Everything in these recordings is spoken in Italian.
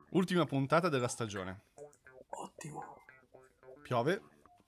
Ultima puntata della stagione. Ottimo. Piove?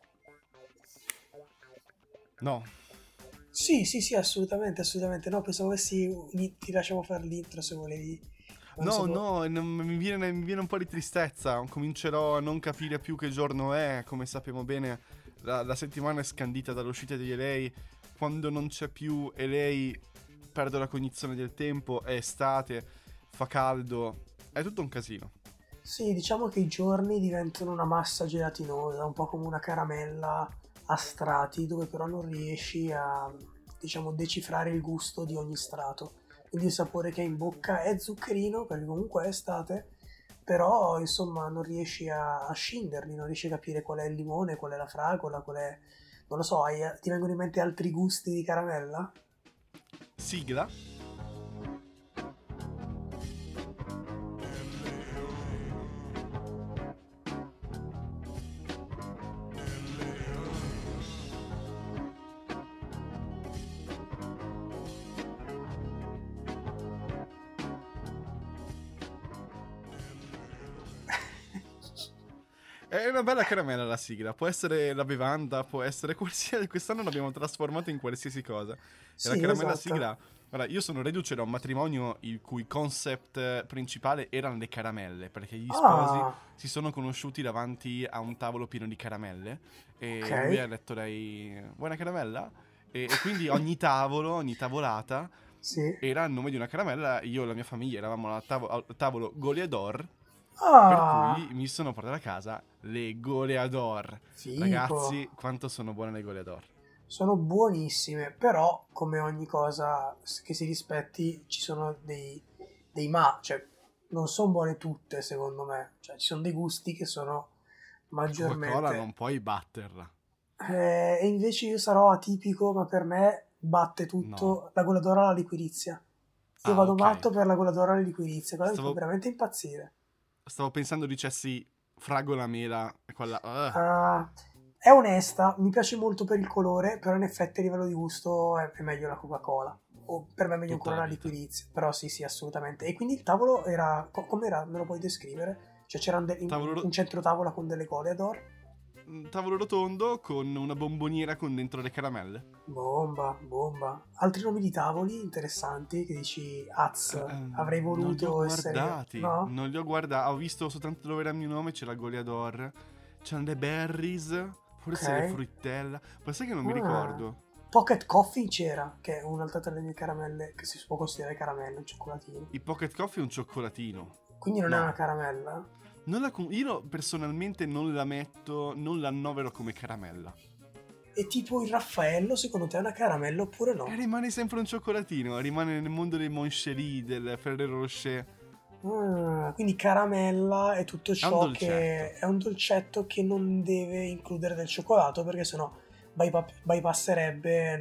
No. Sì, assolutamente. No, pensavo ti lasciamo fare l'intro se volevi. Non so. No, mi viene un po' di tristezza. Comincerò a non capire più che giorno è. Come sappiamo bene, la settimana è scandita dall'uscita degli Elei. Quando non c'è più Elei, perdo la cognizione del tempo. È estate, fa caldo. È tutto un casino. Sì, diciamo che i giorni diventano una massa gelatinosa, un po' come una caramella a strati, dove però non riesci a, diciamo, decifrare il gusto di ogni strato. Quindi il sapore che hai in bocca è zuccherino, perché comunque è estate, però insomma non riesci a scinderli, non riesci a capire qual è il limone, qual è la fragola, qual è... Non lo so, ti vengono in mente altri gusti di caramella? Sigla? È una bella caramella la sigla, può essere la bevanda, può essere qualsiasi... Quest'anno l'abbiamo trasformato in qualsiasi cosa. E la Sì, caramella esatto. sigla... Guarda, io sono reduce da un matrimonio il cui concept principale erano le caramelle, perché gli sposi Ah, si sono conosciuti davanti a un tavolo pieno di caramelle ok. e lui ha detto lei, vuoi una caramella? E quindi ogni tavolo, ogni tavolata Sì. era il nome di una caramella. Io e la mia famiglia eravamo al tavolo Goliador, per Ah, cui mi sono portato a casa le Goleador. figo. Ragazzi, quanto sono buone le Goleador. Sono buonissime, però come ogni cosa che si rispetti ci sono dei ma, cioè non sono buone tutte secondo me, cioè ci sono dei gusti che sono Coca-Cola maggiormente... non puoi batterla. E invece io sarò atipico, ma per me batte No. tutto la goladora alla liquirizia. Io Ah, vado ok. matto per la goladora alla liquirizia, quella mi fa Stavo, veramente impazzire. stavo pensando dicessi fragola mela e quella... Ah, è onesta, mi piace molto per il colore, però in effetti a livello di gusto è meglio la Coca-Cola. O per me è meglio tutta ancora la la vita. liquirizia. Però sì, assolutamente. E quindi il tavolo era... com'era? Me lo puoi descrivere? Cioè c'era Tavolo, un centro tavola con delle goleador? tavolo rotondo con una bomboniera con dentro le caramelle. Bomba. Altri nomi di tavoli interessanti che dici, avrei Non li ho voluto essere io. guardati. No? Non li ho guardati. Ho visto soltanto dove era il mio nome. C'è la Goleador. C'erano le berries. Ok. Forse le fruttella. Ma sai che non mi Ah. ricordo. Pocket Coffee c'era, che è un'altra tra le mie caramelle, che si può considerare caramelle, un cioccolatino. I Pocket Coffee è un cioccolatino. Quindi non è una No. caramella? Io personalmente non la metto. Non la annovero come caramella. E tipo il Raffaello, secondo te è una caramella oppure E no? rimane sempre un cioccolatino. Rimane nel mondo dei Moncherie, del Ferrero Rocher. Quindi caramella è tutto È un ciò che dolcetto. è un dolcetto che non deve includere del cioccolato perché sennò bypasserebbe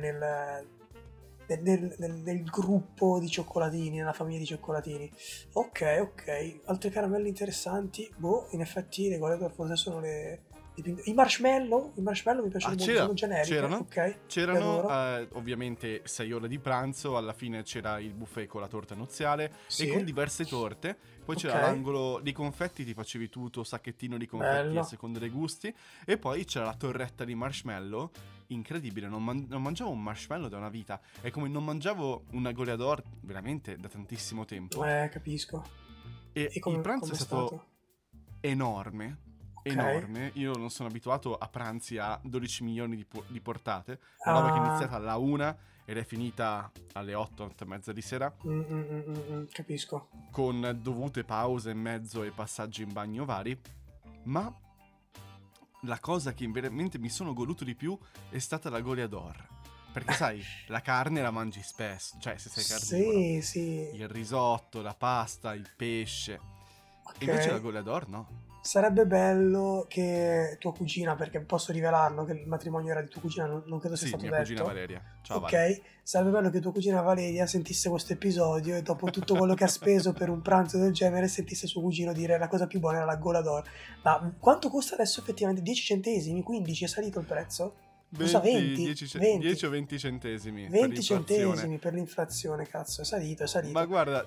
nel gruppo di cioccolatini, nella famiglia di cioccolatini. Ok. Altre caramelle interessanti? Boh, in effetti le Goleador forse sono i marshmallow? I marshmallow mi Ah, piacciono molto, sono generiche, c'erano. ok? Le C'erano, adoro. ovviamente, 6 ore di pranzo. Alla fine c'era il buffet con la torta nuziale e Sì, con diverse torte. Poi ok, c'era l'angolo di confetti, ti facevi tu il tuo sacchettino di confetti a bello. seconda dei gusti. E poi c'era la torretta di marshmallow. Incredibile, non mangiavo un marshmallow da una vita. È come non mangiavo una Goleador veramente da tantissimo tempo. Capisco. E E il pranzo come è è stato stato? enorme, Ok. enorme. Io non sono abituato a pranzi a 12 milioni di portate. Una roba che è Ah, iniziata alla 1 ed è finita alle 8, 8 e mezza di sera, capisco. con dovute pause in mezzo e passaggi in bagno vari. Ma la cosa che veramente mi sono goduto di più è stata la Goleador. Perché sai, la carne la mangi spesso, cioè se sei carnivoro. Sì. Il risotto, la pasta, il pesce. E invece la Ok. Goleador no. Sarebbe bello che tua cugina, perché posso rivelarlo che il matrimonio era di tua cugina, non credo sia Sì, stato mia cugina detto. Valeria. Ciao Vale. Ok, sarebbe bello che tua cugina Valeria sentisse questo episodio e dopo tutto quello che ha speso per un pranzo del genere sentisse suo cugino dire la cosa più buona era la gola d'oro. Ma quanto costa adesso effettivamente? 10 centesimi? 15? È salito il prezzo? Cosa 20, 20? 10, 10 20? o 20 centesimi per 20 l'inflazione. centesimi per l'inflazione, cazzo, è salito. Ma guarda,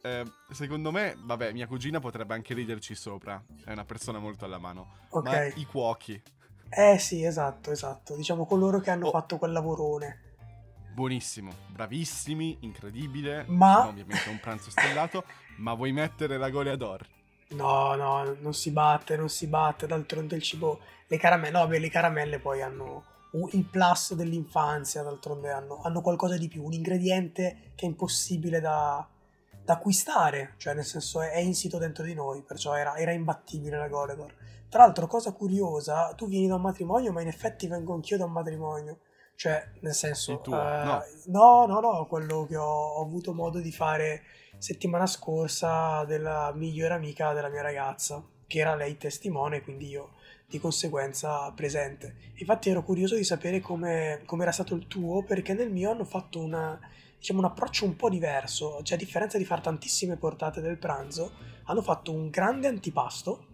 secondo me, vabbè, mia cugina potrebbe anche riderci sopra. È una persona molto alla mano. Ok. Ma i cuochi, Sì, esatto. Diciamo coloro che hanno oh, fatto quel lavorone. buonissimo, bravissimi, incredibile. Sono Ma ovviamente un pranzo stellato. Ma vuoi mettere la Goleador? no, non si batte, d'altronde il cibo, le caramelle, no, beh, le caramelle poi hanno il plus dell'infanzia, d'altronde hanno qualcosa di più, un ingrediente che è impossibile da acquistare, cioè nel senso è insito dentro di noi, perciò era imbattibile la Goledor. Tra l'altro, cosa curiosa, tu vieni da un matrimonio, ma in effetti vengo anch'io da un matrimonio, cioè nel Il senso, tuo? No. no, quello che ho avuto modo di fare settimana scorsa della migliore amica della mia ragazza, che era lei testimone, quindi io di conseguenza presente. Infatti ero curioso di sapere come era stato il tuo, perché nel mio hanno fatto diciamo, un approccio un po' diverso, cioè a differenza di fare tantissime portate del pranzo, hanno fatto un grande antipasto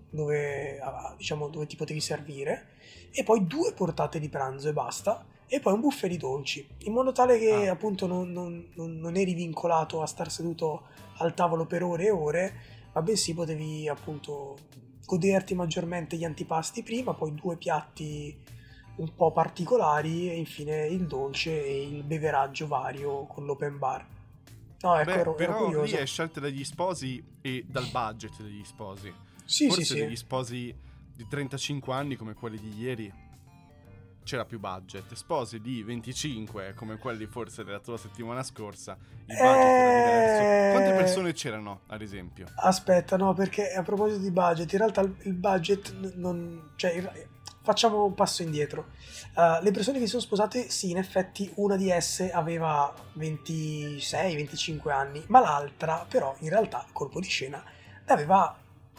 dove ti potevi servire e poi 2 portate di pranzo e basta, e poi un buffet di dolci, in modo tale che Ah, appunto non eri vincolato a star seduto al tavolo per ore e ore, ma bensì potevi appunto goderti maggiormente gli antipasti prima, poi 2 piatti un po' particolari e infine il dolce e il beveraggio vario con l'open bar. No, ecco, beh, ero però lì è curioso. scelta dagli sposi e dal budget degli sposi. Sì, sì, Forse sì. degli sposi di 35 anni come quelli di ieri c'era più budget. Sposi di 25 come quelli forse della tua settimana scorsa, il budget era diverso. Quante Eh... persone c'erano, ad esempio? Aspetta, no, perché a proposito di budget, in realtà il budget non... cioè, facciamo un passo indietro. Le persone che si sono sposate, sì, in effetti una di esse aveva 26-25 anni, ma l'altra, però, in realtà, colpo di scena, ne aveva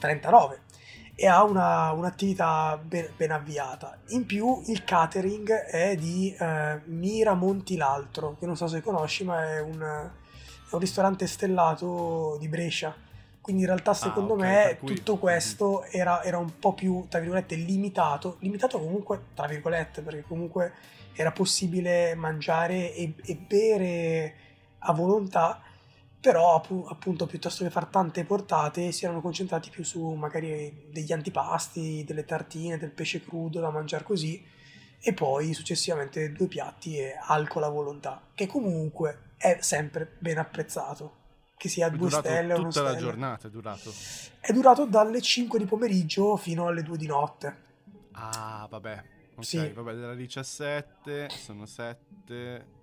39 e ha un'attività ben avviata. In più, il catering è di Mira Monti l'Altro, che non so se conosci, ma è un ristorante stellato di Brescia. Quindi in realtà Ah, secondo ok, per me cui tutto questo era un po' più, tra virgolette, limitato comunque, tra virgolette, perché comunque era possibile mangiare e bere a volontà, però appunto piuttosto che far tante portate si erano concentrati più su magari degli antipasti, delle tartine, del pesce crudo da mangiare così, e poi successivamente 2 piatti e alcol a volontà, che comunque è sempre ben apprezzato, che sia è 2 durato stelle o 1 tutta la stelle. giornata, è durato. È durato dalle 5 di pomeriggio fino alle 2 di notte. Ah, vabbè. Ok, Sì, vabbè, della 17 sono 7,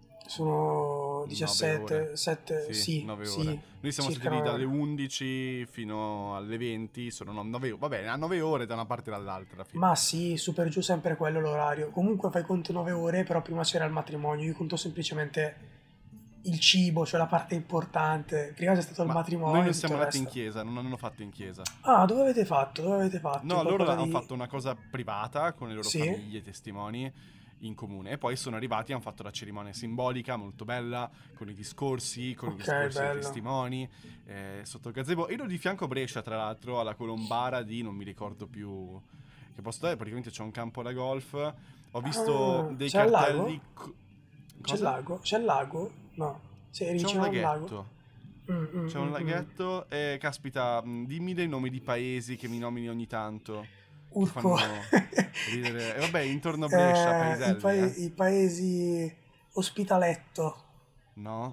sono 9 ore. 17, 7, Sì, sì, 9 ore. sì, Noi siamo stati circa lì 9 dalle ore. 11 fino alle 20, sono 9 ore. Vabbè, a 9 ore da una parte e dall'altra alla fine. Ma sì, su per giù sempre quello l'orario. Comunque fai conto 9 ore, però prima c'era il matrimonio. Io conto semplicemente il cibo, cioè la parte importante. Prima c'è stato il Ma noi matrimonio non e tutto siamo il andati in resto. chiesa, non hanno fatto in chiesa. Ah, dove avete fatto? Dove avete fatto? No, loro Qualcosa hanno di... fatto una cosa privata con le loro Sì? famiglie, testimoni in comune. E poi sono arrivati e hanno fatto la cerimonia simbolica, molto bella, con i discorsi, Ok, dei bello. testimoni, sotto il gazebo. Ero di fianco a Brescia, tra l'altro, alla colombara di, non mi ricordo più che posto è, praticamente c'è un campo da golf. Ho visto Ah, dei c'è il lago? cartelli... C'è il Cosa? lago? C'è il lago? No. Sei C'è un vicino a un lago? laghetto. Mm, mm, C'è un mm, mm. laghetto e caspita, dimmi dei nomi di paesi che mi nomini ogni tanto, che Urco. fanno ridere. E vabbè, intorno a Brescia, paeselli, I paesi Ospitaletto, No?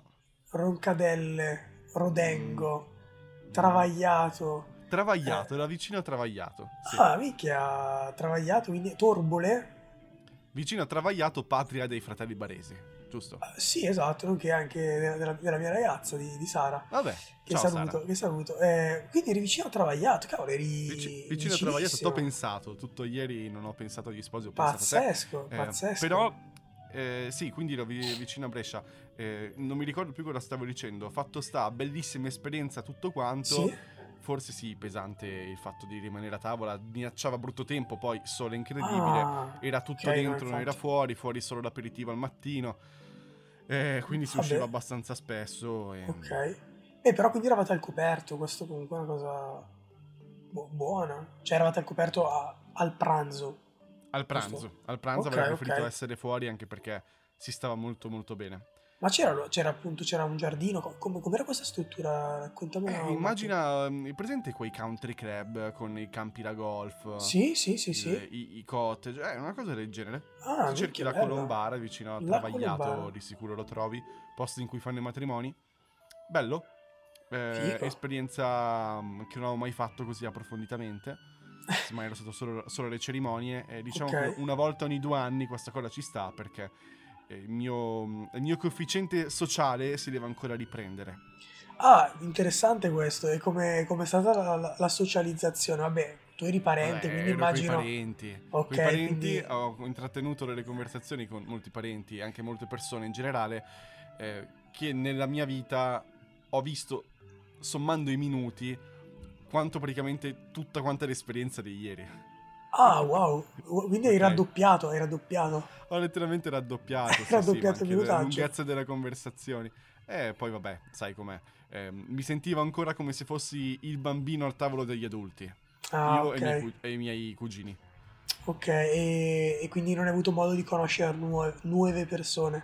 Roncadelle, Mm, Rodengo, no. Travagliato. Travagliato, era vicino a Travagliato, sì. Minchia, Travagliato, quindi Torbole? Vicino a Travagliato, patria dei fratelli Baresi, giusto? Sì, esatto, nonché anche della mia ragazza, di Sara, Vabbè, che ciao Sara. saluto, che saluto. Quindi eri vicino a Travagliato, cavolo, eri Vicino a Travagliato, t'ho vicinissimo. pensato. Tutto ieri non ho pensato agli sposi, ho pensato a te. Pazzesco, pazzesco. Però, sì, quindi ero vicino a Brescia. Non mi ricordo più cosa stavo dicendo. Fatto sta, bellissima esperienza, tutto quanto. Sì? Forse sì, pesante il fatto di rimanere a tavola. Minacciava brutto tempo, poi sole incredibile. Ah, Era ok, tutto no, dentro, non era infatti. fuori, fuori solo l'aperitivo al mattino. Quindi si usciva Vabbè, abbastanza spesso. ok. Però quindi eravate al coperto, questo comunque è una cosa buona. Cioè eravate al coperto al pranzo, giusto? Al pranzo Ok, avrei preferito ok. essere fuori anche perché si stava molto molto bene. Ma c'era un giardino, com'era questa struttura? Raccontamela un attimo. Immagina, hai presente quei country club con i campi da golf, Sì, sì, sì, sì. i cottage, una cosa del genere. Ah, Se cerchi minchia, la bello. Colombara vicino a La Travagliato, Colombara. di sicuro lo trovi, posti in cui fanno i matrimoni. Bello, Figo. esperienza che non ho mai fatto così approfonditamente. Semmai ero stato solo alle cerimonie. E diciamo Ok. che una volta ogni 2 anni questa cosa ci sta perché il mio coefficiente sociale si deve ancora riprendere. Ah, interessante questo. E com'è stata la socializzazione? Vabbè, tu eri parente, Vabbè, quindi ero coi immagino... parenti. Coi Ok, parenti quindi... ho intrattenuto delle conversazioni con molti parenti e anche molte persone in generale che nella mia vita ho visto, sommando i minuti, quanto praticamente tutta quanta l'esperienza di ieri. Ah, wow. Quindi hai Ok? raddoppiato, hai raddoppiato. Ho letteralmente raddoppiato, Hai sì, sì, ma raddoppiato il anche la minutaggio. lunghezza delle conversazioni. E poi vabbè, sai com'è. Mi sentivo ancora come se fossi il bambino al tavolo degli adulti. Ah, Io ok. e i miei cugini. Ok, e quindi non hai avuto modo di conoscere nuove persone.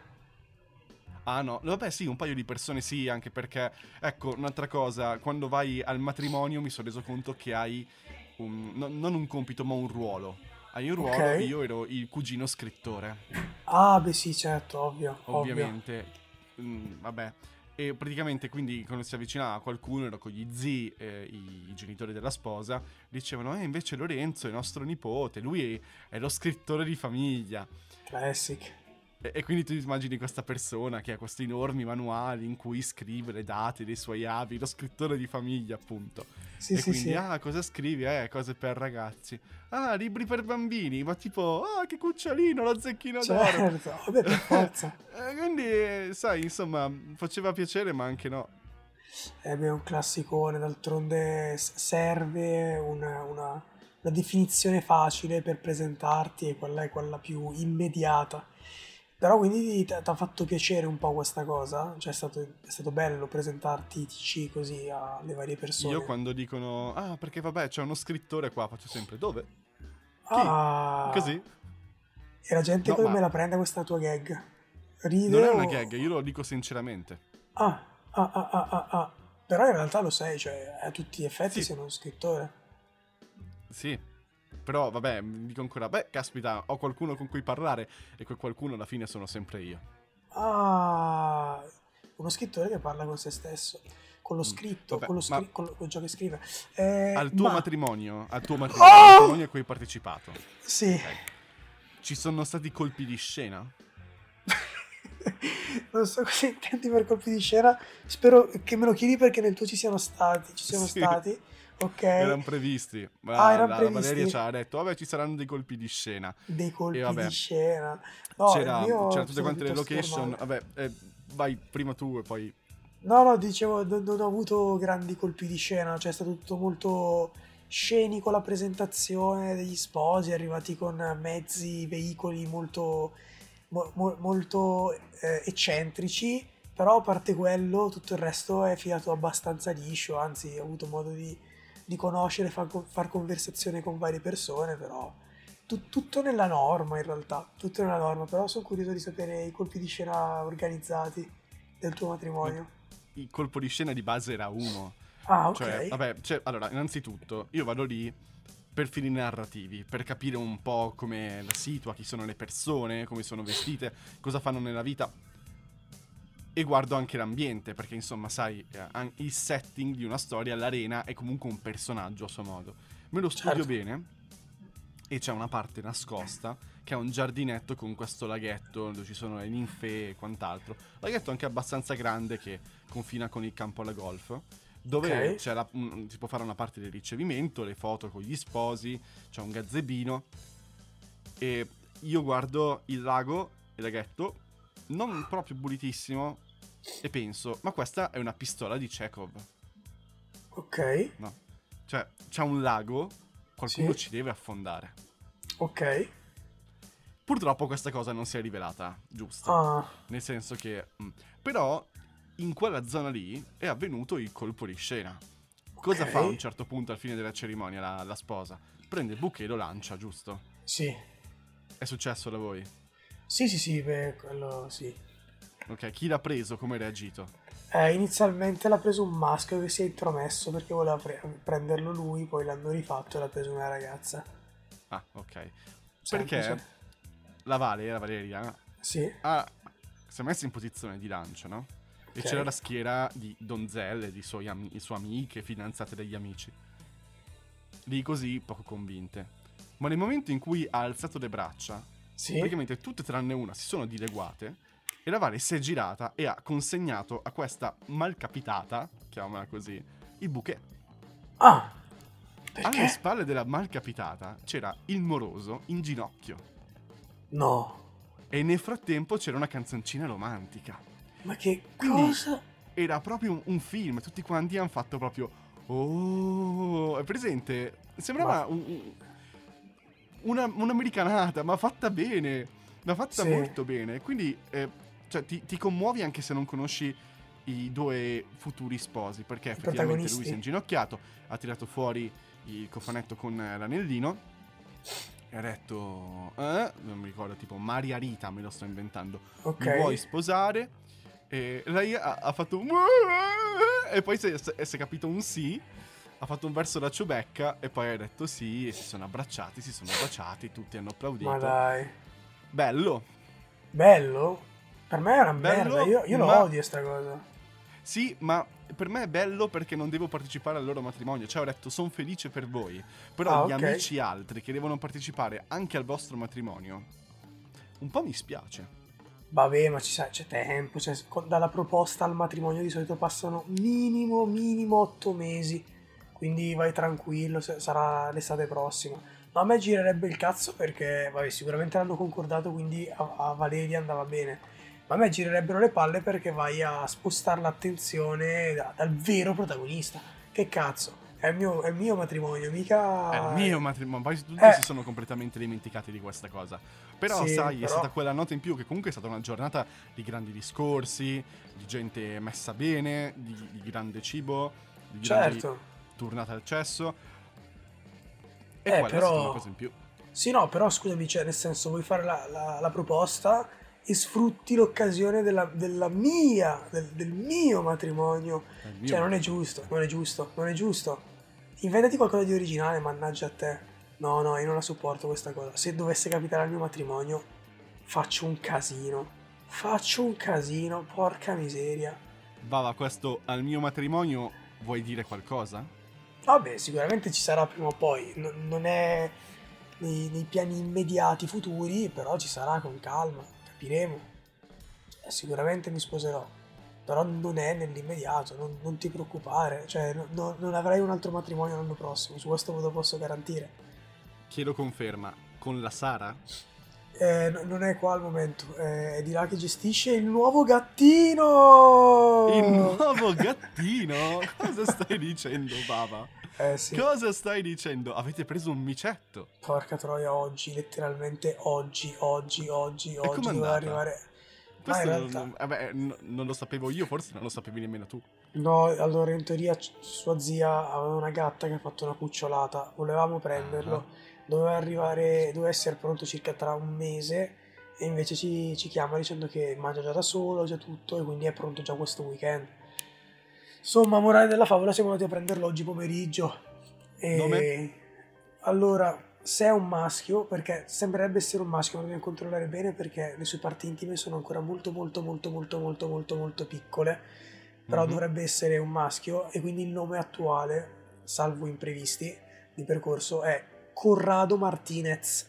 Ah no, vabbè sì, un paio di persone sì, anche perché, ecco, un'altra cosa, quando vai al matrimonio mi sono reso conto che hai non un compito, ma un ruolo. Hai un Ok. ruolo, io ero il cugino scrittore. Ah, beh sì, certo, ovvio, ovvio. Ovviamente, vabbè. E praticamente quindi quando si avvicinava qualcuno, ero con gli zii, i genitori della sposa, dicevano, invece Lorenzo è nostro nipote, lui è lo scrittore di famiglia. Classic. E quindi tu immagini questa persona che ha questi enormi manuali in cui scrive le date dei suoi avi, lo scrittore di famiglia appunto. Sì, E sì, quindi, sì. cosa scrivi? Cose per ragazzi. Ah, libri per bambini, ma tipo, che cucciolino, lo zecchino d'oro. Certo, vabbè, per forza. Quindi, sai, insomma, faceva piacere, ma anche no. Beh, è un classicone, d'altronde serve una definizione facile per presentarti e quella è quella più immediata. Però quindi ti ha fatto piacere un po' questa cosa? Cioè è stato bello presentarti TC così alle varie Io persone. quando dicono, perché vabbè, c'è uno scrittore qua, faccio sempre, dove? Chi? Ah, Così? e la gente No, come ma me la prende questa tua gag? non Ride è una gag, io o... lo dico sinceramente. Ah, ah, ah, ah, ah, ah. Però in realtà lo sei, cioè a tutti gli effetti Sì, sei uno scrittore. sì, però vabbè, dico ancora, beh, caspita, ho qualcuno con cui parlare e quel qualcuno alla fine sono sempre io. Ah, uno scrittore che parla con se stesso, con lo Mm. scritto, Vabbè, ma con ciò che scrive. Ma... al tuo matrimonio, al Oh! matrimonio a cui hai partecipato, Sì. ok? Ci sono stati colpi di scena? Non so cosa intendi per colpi di scena. Spero che me lo chiedi perché nel tuo ci siano stati. Ci siano Sì, stati. Ok. erano previsti. Ah, Ma erano la Valeria previsti ci ha detto, vabbè, ci saranno dei colpi di scena. dei E colpi di vabbè, scena. No, il mio c'erano è tutte stato quante le piuttosto location. normale. Vabbè, vai prima tu e poi... No, no, dicevo, non ho avuto grandi colpi di scena, cioè è stato tutto molto scenico la presentazione degli sposi, arrivati con mezzi, veicoli molto, molto eccentrici, però a parte quello tutto il resto è filato abbastanza liscio, anzi ho avuto modo di conoscere, far conversazione con varie persone, però tutto nella norma in realtà, tutto nella norma, però sono curioso di sapere i colpi di scena organizzati del tuo Ma matrimonio. il colpo di scena di base era uno. Ah, ok. Cioè, vabbè, allora, innanzitutto, io vado lì per fini narrativi, per capire un po' come la situa, chi sono le persone, come sono vestite, cosa fanno nella vita. E guardo anche l'ambiente, perché insomma, sai, il setting di una storia, l'arena è comunque un personaggio a suo modo. Me lo studio Certo. bene e c'è una parte nascosta che è un giardinetto con questo laghetto dove ci sono le ninfe e quant'altro. Laghetto anche abbastanza grande che confina con il campo alla golf, Ok. dove si può fare una parte del ricevimento, le foto con gli sposi, c'è un gazebino e io guardo il lago, il laghetto, non proprio pulitissimo e penso, ma questa è una pistola di Chekhov, Ok. no? Cioè, c'è un lago, qualcuno Sì. ci deve affondare. Ok. Purtroppo questa cosa non si è rivelata giusta, Ah, nel senso che... però in quella zona lì è avvenuto il colpo di scena. ok. Cosa fa a un certo punto al fine della cerimonia la sposa? Prende il bouquet e lo lancia, giusto? Sì. È successo da voi? Sì, sì, sì, beh, quello sì. Ok, chi l'ha preso? Come hai reagito? Inizialmente l'ha preso un maschio che si è intromesso perché voleva prenderlo lui, poi l'hanno rifatto e l'ha preso una ragazza. Ah, ok. Semplice. Perché la Valeria, Sì, si è messa in posizione di lancio, no? E c'era ok. la schiera di donzelle, di sue amiche, fidanzate degli amici. Lì così, poco convinte. Ma nel momento in cui ha alzato le braccia, Sì. praticamente tutte tranne una si sono dileguate e la Vale si è girata e ha consegnato a questa malcapitata, chiamiamola così, il bouquet. Ah, Alle perché? spalle della malcapitata c'era il moroso in ginocchio No. e nel frattempo c'era una canzoncina romantica. Ma che Quindi cosa? era proprio un film, tutti quanti hanno fatto proprio oh, è presente? Ma Sembrava un'americanata, ma fatta bene, ma fatta sì, molto bene. Quindi cioè, ti commuovi anche se non conosci i due futuri sposi, perché i effettivamente lui si è protagonisti. inginocchiato, ha tirato fuori il cofanetto con l'anellino e ha detto, non mi ricordo, tipo Maria Rita, me lo sto inventando, Ok. mi vuoi sposare? E lei ha fatto e poi si è capito un sì, ha fatto un verso da ciubecca e poi ha detto sì e si sono baciati, tutti hanno Ma applaudito. dai. Bello, Bello? Per me è una merda. bello, Io lo ma odio sta cosa. sì, ma per me è bello perché non devo partecipare al loro matrimonio. Cioè, ho detto, sono felice per voi. Però Ah, gli ok. amici altri che devono partecipare anche al vostro matrimonio, un po' mi spiace. Vabbè, ma c'è tempo. Cioè, dalla proposta al matrimonio di solito passano minimo 8 mesi. Quindi vai tranquillo, sarà l'estate prossima. Ma a me girerebbe il cazzo perché, vabbè, sicuramente l'hanno concordato, quindi a Valeria andava bene. Ma a me girerebbero le palle perché vai a spostare l'attenzione dal vero protagonista. Che cazzo? È il mio matrimonio, È il mica... mio matrimonio. Poi tutti Eh, si sono completamente dimenticati di questa cosa. Però, sì, sai, è però... stata quella nota in più che comunque è stata una giornata di grandi discorsi, di gente messa bene, di grande cibo, di grandi Certo. turnate al cesso. E quella è stata una Però... cosa in più. Sì, no, però scusami, cioè, nel senso, vuoi fare la proposta e sfrutti l'occasione del mio matrimonio. È il mio Cioè, non è matrimonio. giusto, non è giusto, non è giusto. Inventati qualcosa di originale, mannaggia a te. No, no, io non la sopporto questa cosa. Se dovesse capitare al mio matrimonio, faccio un casino. Faccio un casino, porca miseria. Bava, questo al mio matrimonio vuoi dire qualcosa? Vabbè, sicuramente ci sarà prima o poi, non è nei piani immediati futuri, però ci sarà con calma, capiremo. Sicuramente mi sposerò, però non è nell'immediato, non ti preoccupare, cioè non avrai un altro matrimonio l'anno prossimo, su questo ve lo posso garantire. Chiedo conferma. Con la Sara? Non è qua al momento, è di là che gestisce il nuovo Il gattino! nuovo gattino? Cosa stai dicendo, Bava? Eh sì. Cosa stai dicendo? Avete preso un micetto? Porca troia, oggi, letteralmente E com'è oggi doveva andata? arrivare. Ma in Questo realtà, non lo sapevo io, forse non lo sapevi nemmeno tu. no, allora in teoria sua zia aveva una gatta che ha fatto una cucciolata, volevamo Ah, prenderlo, doveva arrivare, doveva essere pronto circa tra un mese e invece ci chiama dicendo che mangia già da solo, già tutto e quindi è pronto già questo weekend. Insomma, morale della favola, siamo andati a prenderlo oggi pomeriggio. nome? E allora, se è un maschio, perché sembrerebbe essere un maschio, ma dobbiamo controllare bene perché le sue parti intime sono ancora molto piccole, però Mhm. dovrebbe essere un maschio e quindi il nome attuale, salvo imprevisti di percorso, è Corrado Martinez.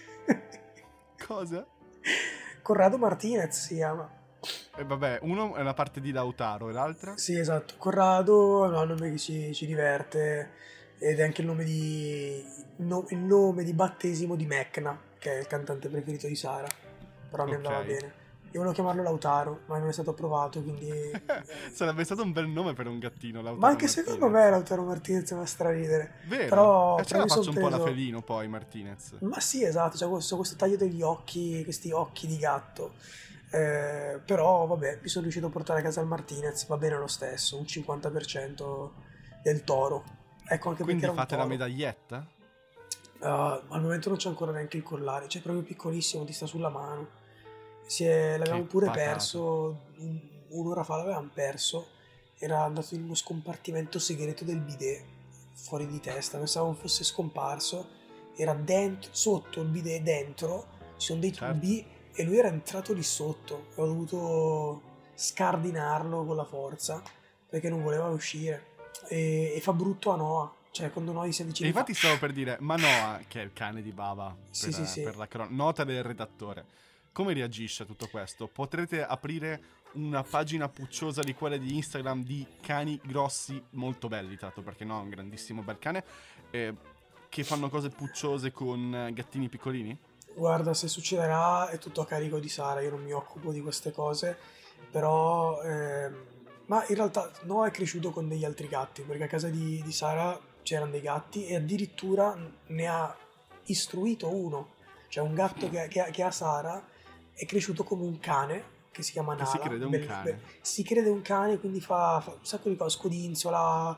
Cosa? Corrado Martinez si chiama. E vabbè, uno è la parte di Lautaro e l'altra? Sì, esatto. Corrado è un nome che ci diverte ed è anche il nome di battesimo di Mecna, che è il cantante preferito di Sara. Però mi andava Ok. bene. Io volevo chiamarlo Lautaro, ma non è stato approvato, quindi... Sarebbe stato un bel nome per un gattino, Ma Lautaro anche secondo me Martinez. Lautaro Martinez fa straridere. Vero? Però, E ce però la mi sono faccio un po' la preso... felino poi, Martinez. Ma sì, esatto, c'è questo taglio degli occhi, questi occhi di gatto. Però vabbè, mi sono riuscito a portare a casa il Martinez, va bene lo stesso, un 50% del toro. Ecco, anche perché Quindi era un fate la toro. medaglietta? Al momento non c'è ancora neanche il collare, cioè è proprio piccolissimo, ti sta sulla mano. L'avevamo Che pure patata. perso, un'ora fa l'avevamo perso, era andato in uno scompartimento segreto del bidet, fuori di testa, pensavo fosse scomparso, era dentro, sotto il bidet, dentro, ci sono dei Certo. tubi e lui era entrato lì sotto, ho dovuto scardinarlo con la forza perché non voleva uscire e fa brutto a Noah, cioè quando Noah si E avvicina fa... infatti stavo per dire, ma Noah, che è il cane di Bava, Sì, sì, sì. per la nota del redattore, come reagisce a tutto questo? Potrete aprire una pagina pucciosa di quella di Instagram di cani grossi, molto belli, tra l'altro, perché no, è un grandissimo bel cane, eh, che fanno cose pucciose con gattini piccolini? Guarda, se succederà è tutto a carico di Sara, io non mi occupo di queste cose, però... ma in realtà Noah è cresciuto con degli altri gatti, perché a casa di Sara c'erano dei gatti e addirittura ne ha istruito uno. Cioè un gatto che ha Sara è cresciuto come un cane, che si chiama Che si Nala, crede un cane. si crede un cane, quindi fa un sacco di cose, scodinzola,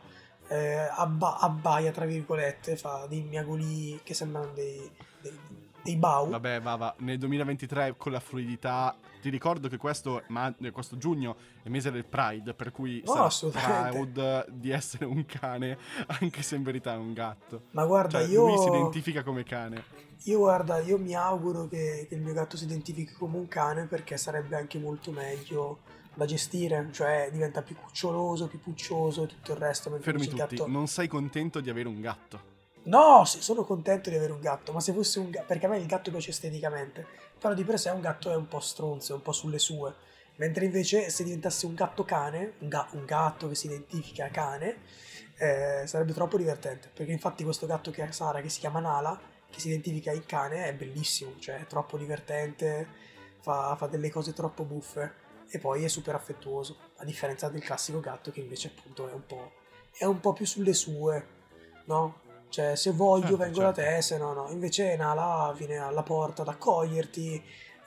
abbaia, tra virgolette, fa dei miagoli che sembrano dei bau. Vabbè, Bava, nel 2023 con la fluidità, ti ricordo che questo giugno è mese del Pride, per cui No, sarà assolutamente. proud di essere un cane, anche se in verità è un gatto. Ma guarda, Cioè, lui si identifica come cane. io mi auguro che il mio gatto si identifichi come un cane perché sarebbe anche molto meglio da gestire, cioè diventa più cuccioloso, più puccioso e tutto il resto, mentre Fermi invece il tutti, gatto... non sei contento di avere un gatto? No, sono contento di avere un gatto, ma se fosse un gatto, perché a me il gatto piace esteticamente, però di per sé un gatto è un po' stronzo, è un po' sulle sue, mentre invece se diventasse un gatto cane, un gatto che si identifica cane, sarebbe troppo divertente, perché infatti questo gatto che ha Sara, che si chiama Nala, che si identifica in cane, è bellissimo, cioè è troppo divertente, fa delle cose troppo buffe e poi è super affettuoso, a differenza del classico gatto che invece appunto è un po' più sulle sue, no? Cioè, se voglio Certo, vengo da certo. te, se no no. Invece Nala viene alla porta ad accoglierti,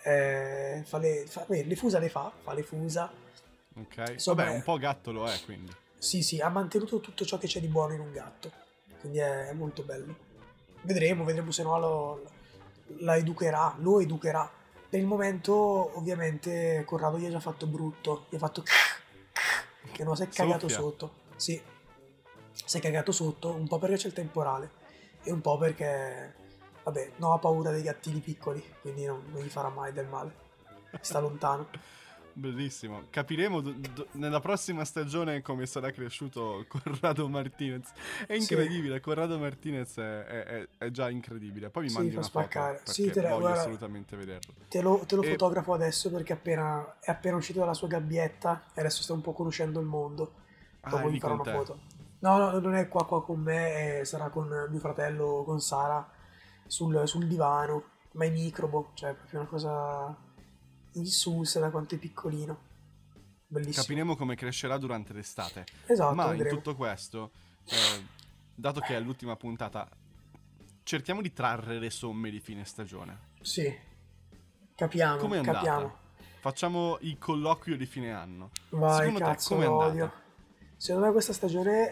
le fusa le fa le fusa. Ok. Vabbè, Insomma, un po' gatto lo è, quindi. sì, sì, ha mantenuto tutto ciò che c'è di buono in un gatto. Quindi è molto bello. Vedremo se Noah la educherà, lo educherà. Per il momento, ovviamente, Corrado gli ha già fatto brutto, gli ha fatto che Noah si è cagato Soffia. sotto. Sì, si è cagato sotto, un po' perché c'è il temporale e un po' perché, vabbè, Noah ha paura dei gattini piccoli, quindi non gli farà mai del male. Sta lontano. Bellissimo. Capiremo nella prossima stagione come sarà cresciuto Corrado Martinez. È Sì, incredibile, Corrado Martinez è già incredibile. Poi mi sì, mandi fa una foto spaccare. Sì, perché voglio guarda, assolutamente vederlo. te lo E fotografo adesso perché è appena uscito dalla sua gabbietta e adesso sta un po' conoscendo il mondo. ah, è Dopo gli lì farò con una te. foto. No, no, non è qua con me, sarà con mio fratello, con Sara, sul divano, ma è microbo, cioè è proprio una cosa insulsa da quanto è piccolino. Bellissimo. Capiremo come crescerà durante l'estate. Esatto, Ma in vedremo. tutto questo, eh, dato che è l'ultima puntata, cerchiamo di trarre le somme di fine stagione. Sì, capiamo, Com'è andata? capiamo. Facciamo il colloquio di fine anno. Vai, Secondo te cazzo, com'è lo andata? odio. Secondo me questa stagione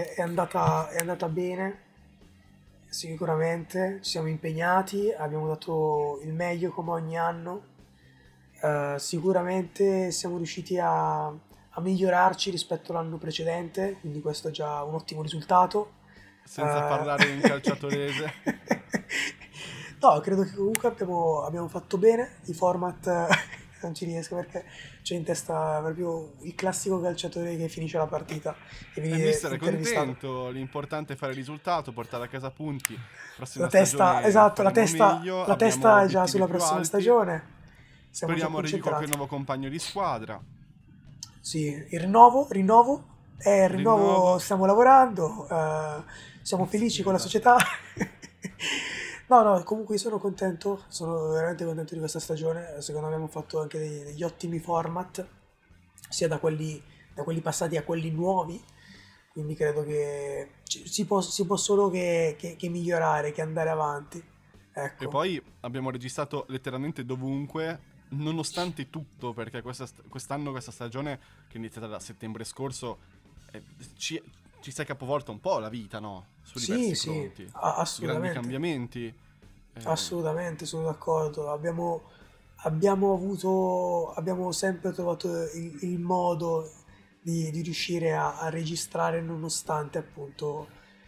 è andata bene, sicuramente. Ci siamo impegnati, abbiamo dato il meglio come ogni anno. Sicuramente siamo riusciti a migliorarci rispetto all'anno precedente, quindi questo è già un ottimo risultato. Senza Eh, parlare di un calciatorese. No, credo che comunque abbiamo fatto bene. I format non ci riesco perché c'è in testa proprio il classico calciatore che finisce la partita e E viene mister è intervistato. contento, l'importante è fare il risultato, portare a casa punti. La Prossima testa, stagione esatto, faremo meglio, la abbiamo testa è già obiettivi sulla più prossima alti. stagione. Siamo già Speriamo arrivi qualche concentrati. nuovo compagno di squadra. Sì, il rinnovo Rinnovo. stiamo lavorando, siamo felici con la Esatto. società. No, no, comunque io sono contento, sono veramente contento di questa stagione, secondo me abbiamo fatto anche degli ottimi format, sia da quelli passati a quelli nuovi, quindi credo che si può solo che migliorare, che andare avanti. E Ecco, poi abbiamo registrato letteralmente dovunque, nonostante tutto, perché quest'anno, questa stagione, che è iniziata da settembre scorso, eh, ci, ci si è capovolta un po' la vita, no? Su sì, diversi sì, fronti. Grandi assolutamente. cambiamenti. eh, Assolutamente, sono d'accordo. abbiamo sempre trovato il modo di riuscire a registrare nonostante appunto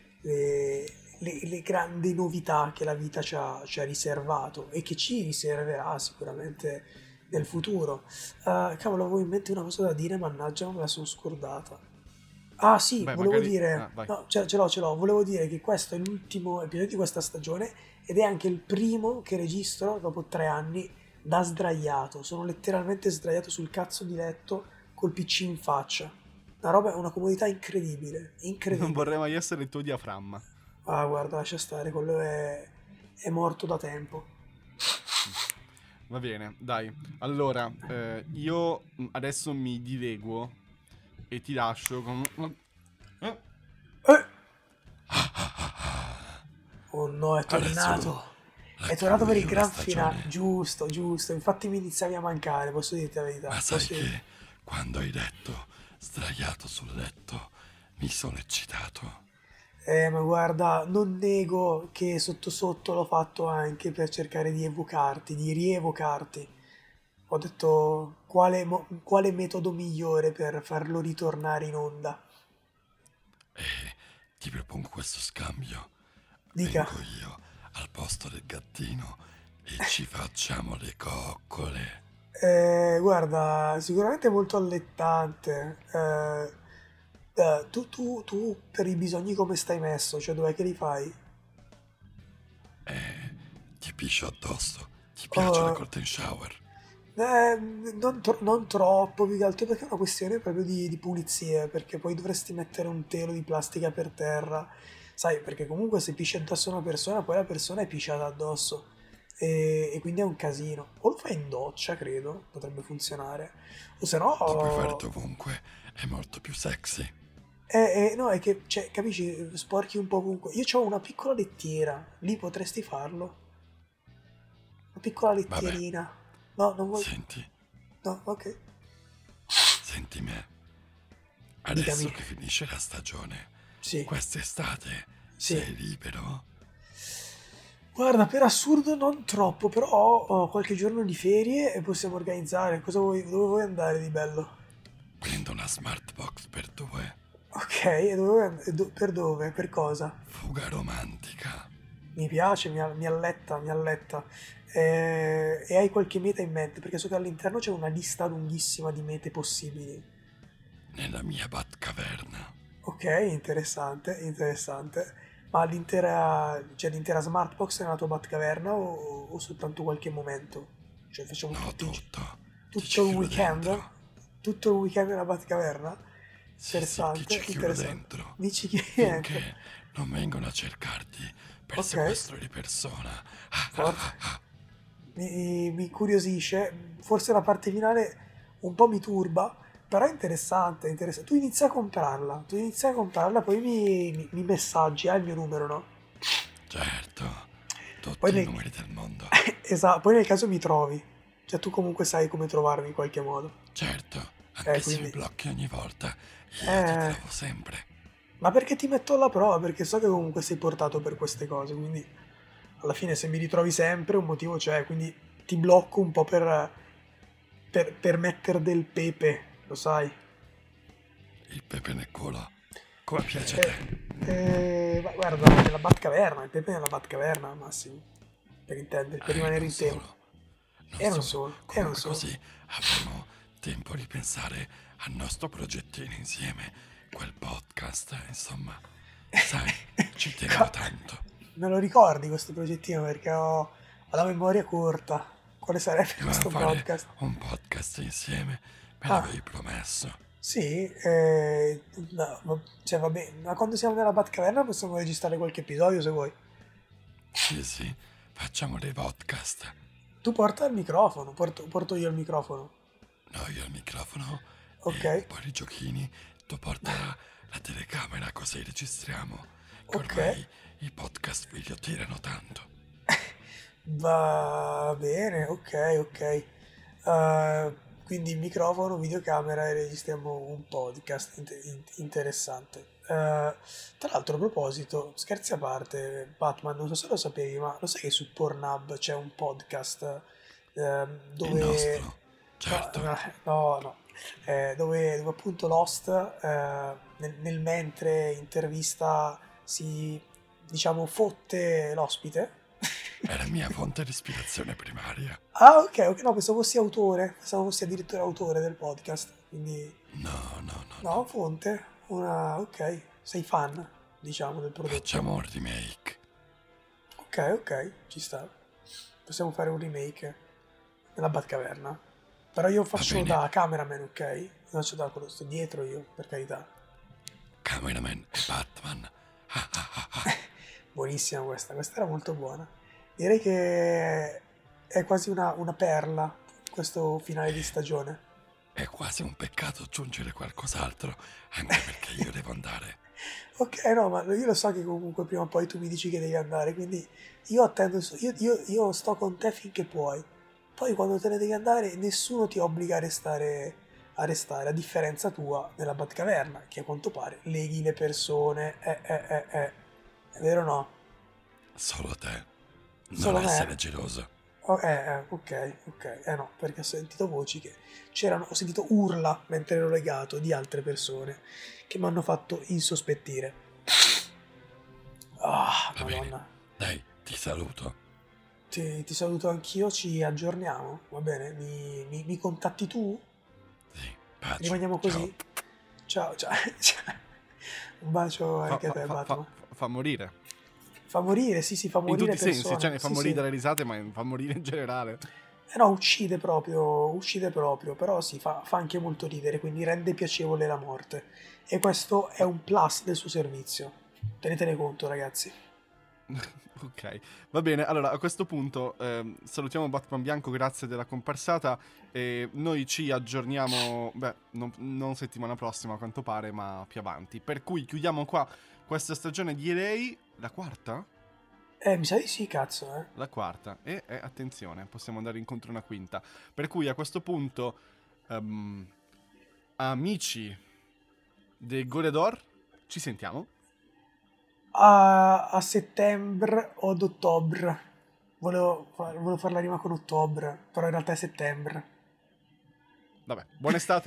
le grandi novità che la vita ci ha riservato e che ci riserverà sicuramente nel futuro. Cavolo, avevo in mente una cosa da dire, mannaggia, me la sono scordata. Ah sì, Beh, volevo magari... dire, Ah, vai. no, ce l'ho, volevo dire che questo è l'ultimo episodio di questa stagione ed è anche il primo che registro dopo 3 anni da sdraiato. Sono letteralmente sdraiato sul cazzo di letto col PC in faccia. Una roba, una comodità incredibile, Non vorrei incredibile. mai essere il tuo diaframma. Ah, guarda, lascia stare, quello è morto da tempo. Va bene, dai. Allora, io adesso mi dileguo e ti lascio con... Eh, Eh! Oh no, è Adesso tornato. È tornato per racchiudi il una gran finale. stagione. Giusto, giusto. Infatti mi iniziavi a mancare, posso dirti la Ma verità. sai Posso che quando hai detto sdraiato sul letto mi sono eccitato. Ma guarda, non nego che sotto sotto l'ho fatto anche per cercare di evocarti, di rievocarti. Ho detto quale metodo migliore per farlo ritornare in onda. E ti propongo questo scambio. Dica. Vengo io al posto del gattino e ci facciamo le coccole. Guarda, sicuramente molto allettante. Tu per i bisogni come stai messo? Cioè dov'è che li fai? Ti piscio addosso. Ti piace la Oh, golden shower? non troppo, più che altro perché è una questione proprio di pulizie, perché poi dovresti mettere un telo di plastica per terra, sai, perché comunque se pisci addosso a una persona, poi la persona è pisciata addosso e quindi è un casino. O lo fai in doccia, credo, potrebbe funzionare, o se Lo puoi fare no... dovunque. È molto più sexy. No, è che, cioè, capisci, sporchi un po' ovunque. Io ho una piccola lettiera, lì potresti farlo. Una piccola Vabbè, lettierina. No, non vuoi... senti, No, ok. senti me. Adesso Dicami. che finisce la stagione, Sì, quest'estate sì. sei libero? Guarda, per assurdo non troppo, però ho qualche giorno di ferie e possiamo organizzare. Dove vuoi andare di bello? Prendo una smart box per due. Ok, e dove vuoi per dove? Per cosa? Fuga romantica. Mi piace, mi alletta, mi alletta. E hai qualche meta in mente? Perché so che all'interno c'è una lista lunghissima di mete possibili. Nella mia Batcaverna. Ok, interessante, interessante. Ma l'intera Smartbox è nella tua Batcaverna o soltanto qualche momento? Cioè facciamo No, tutti, tutto. Ti ci tutto il chiudo weekend? dentro. Tutto il weekend nella Batcaverna? Sì, sì, ti Interessante, ci chiudo interessante. dentro. Dici che niente. Finché non vengono a cercarti per Ok, sequestro di persona. forte. Mi incuriosisce. Forse la parte finale un po' mi turba, però è interessante, interessante. Tu inizi a comprarla, poi mi messaggi, hai il mio numero, no? Certo, Poi tutti i nel, numeri del mondo. poi nel caso mi trovi. Cioè tu comunque sai come trovarmi in qualche modo. Certo, anche se mi Quindi... blocchi ogni volta, io ti Eh, trovo sempre. ma perché ti metto alla prova? Perché so che comunque sei portato per queste cose, quindi alla fine se mi ritrovi sempre un motivo c'è, quindi ti blocco un po' per mettere del pepe, lo sai. Il pepe nel culo. Come piace a Eh, te. guarda, nella Batcaverna, il pepe nella Batcaverna al massimo, per intendere, per rimanere Non in tema. solo, non E non solo. solo, e non Comunque solo. così avremo tempo di pensare al nostro progettino insieme, quel podcast, insomma. Sai, ci tengo Co- tanto. Me lo ricordi questo progettino perché ho la memoria corta. Quale sarebbe Dobbiamo questo fare podcast? un podcast insieme, me Ah, l'avevi promesso. sì, no, cioè va bene, ma quando siamo nella Batcaverna possiamo registrare qualche episodio se vuoi. Sì, sì, facciamo dei podcast. Tu porta il microfono, porto io il microfono, No, io al microfono ok? e un po' di giochini, tu porta la telecamera così registriamo, che Ok, ormai i podcast video tirano tanto. va bene, ok, ok. Quindi microfono, videocamera e registriamo un podcast interessante. Tra l'altro, a proposito, scherzi a parte, Batman, non so se lo sapevi, ma lo sai che su Pornhub c'è un podcast Il nostro, certo. No. Dove appunto Lost, nel mentre intervista si, diciamo, fotte l'ospite. È la mia fonte di ispirazione primaria. Ah, ok, no, pensavo fossi autore, pensavo fossi addirittura autore del podcast, quindi... No. Fonte, ok, sei fan, diciamo, del prodotto. Facciamo un remake. Ok, ci sta. Possiamo fare un remake nella Batcaverna. Però io faccio da cameraman, ok? Io faccio da quello, sto dietro io, per carità. Cameraman e Batman. Buonissima questa era molto buona. Direi che è quasi una perla questo finale di stagione. È quasi un peccato aggiungere qualcos'altro, anche perché io devo andare. Ok, no, ma io lo so che comunque prima o poi tu mi dici che devi andare, quindi io attendo, io sto con te finché puoi. Poi quando te ne devi andare nessuno ti obbliga a restare, a differenza tua nella Batcaverna, che a quanto pare leghi le persone, è vero o no? Solo te. Non Solo me? essere geloso. Ok, no, perché ho sentito voci che ho sentito urla mentre ero legato di altre persone che mi hanno fatto insospettire. Ah, Va Madonna. bene. Dai, ti saluto. Ti saluto anch'io, ci aggiorniamo, va bene? Mi contatti tu? Sì, bacio. Rimaniamo così? Ciao. Un bacio anche a te, Batman. Fa morire. Fa morire, sì, fa morire in tutti i persone. sensi, cioè ne fa morire dalle sì. risate, ma fa morire in generale. No, uccide proprio, però sì, fa anche molto ridere, quindi rende piacevole la morte. E questo è un plus del suo servizio. Tenetene conto, ragazzi. Ok, va bene, allora a questo punto salutiamo Batman Bianco, grazie della comparsata, e noi ci aggiorniamo, non settimana prossima a quanto pare, ma più avanti. Per cui chiudiamo qua questa stagione di LA, la quarta? Mi sa di sì, cazzo, La quarta, e attenzione, possiamo andare incontro a una quinta. Per cui a questo punto, amici del Goledor, ci sentiamo. A settembre o ad ottobre. Volevo fare la rima con ottobre, però in realtà è settembre. Vabbè, buona estate.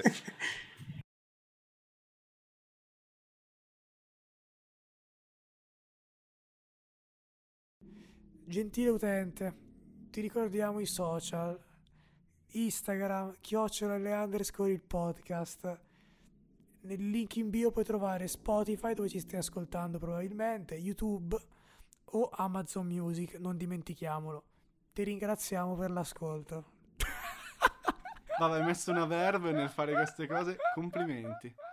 Gentile utente, ti ricordiamo i social: Instagram, @le_il podcast. Nel link in bio puoi trovare Spotify, dove ci stai ascoltando probabilmente, YouTube o Amazon Music, non dimentichiamolo. Ti ringraziamo per l'ascolto. Vabbè, hai messo una verve nel fare queste cose, complimenti.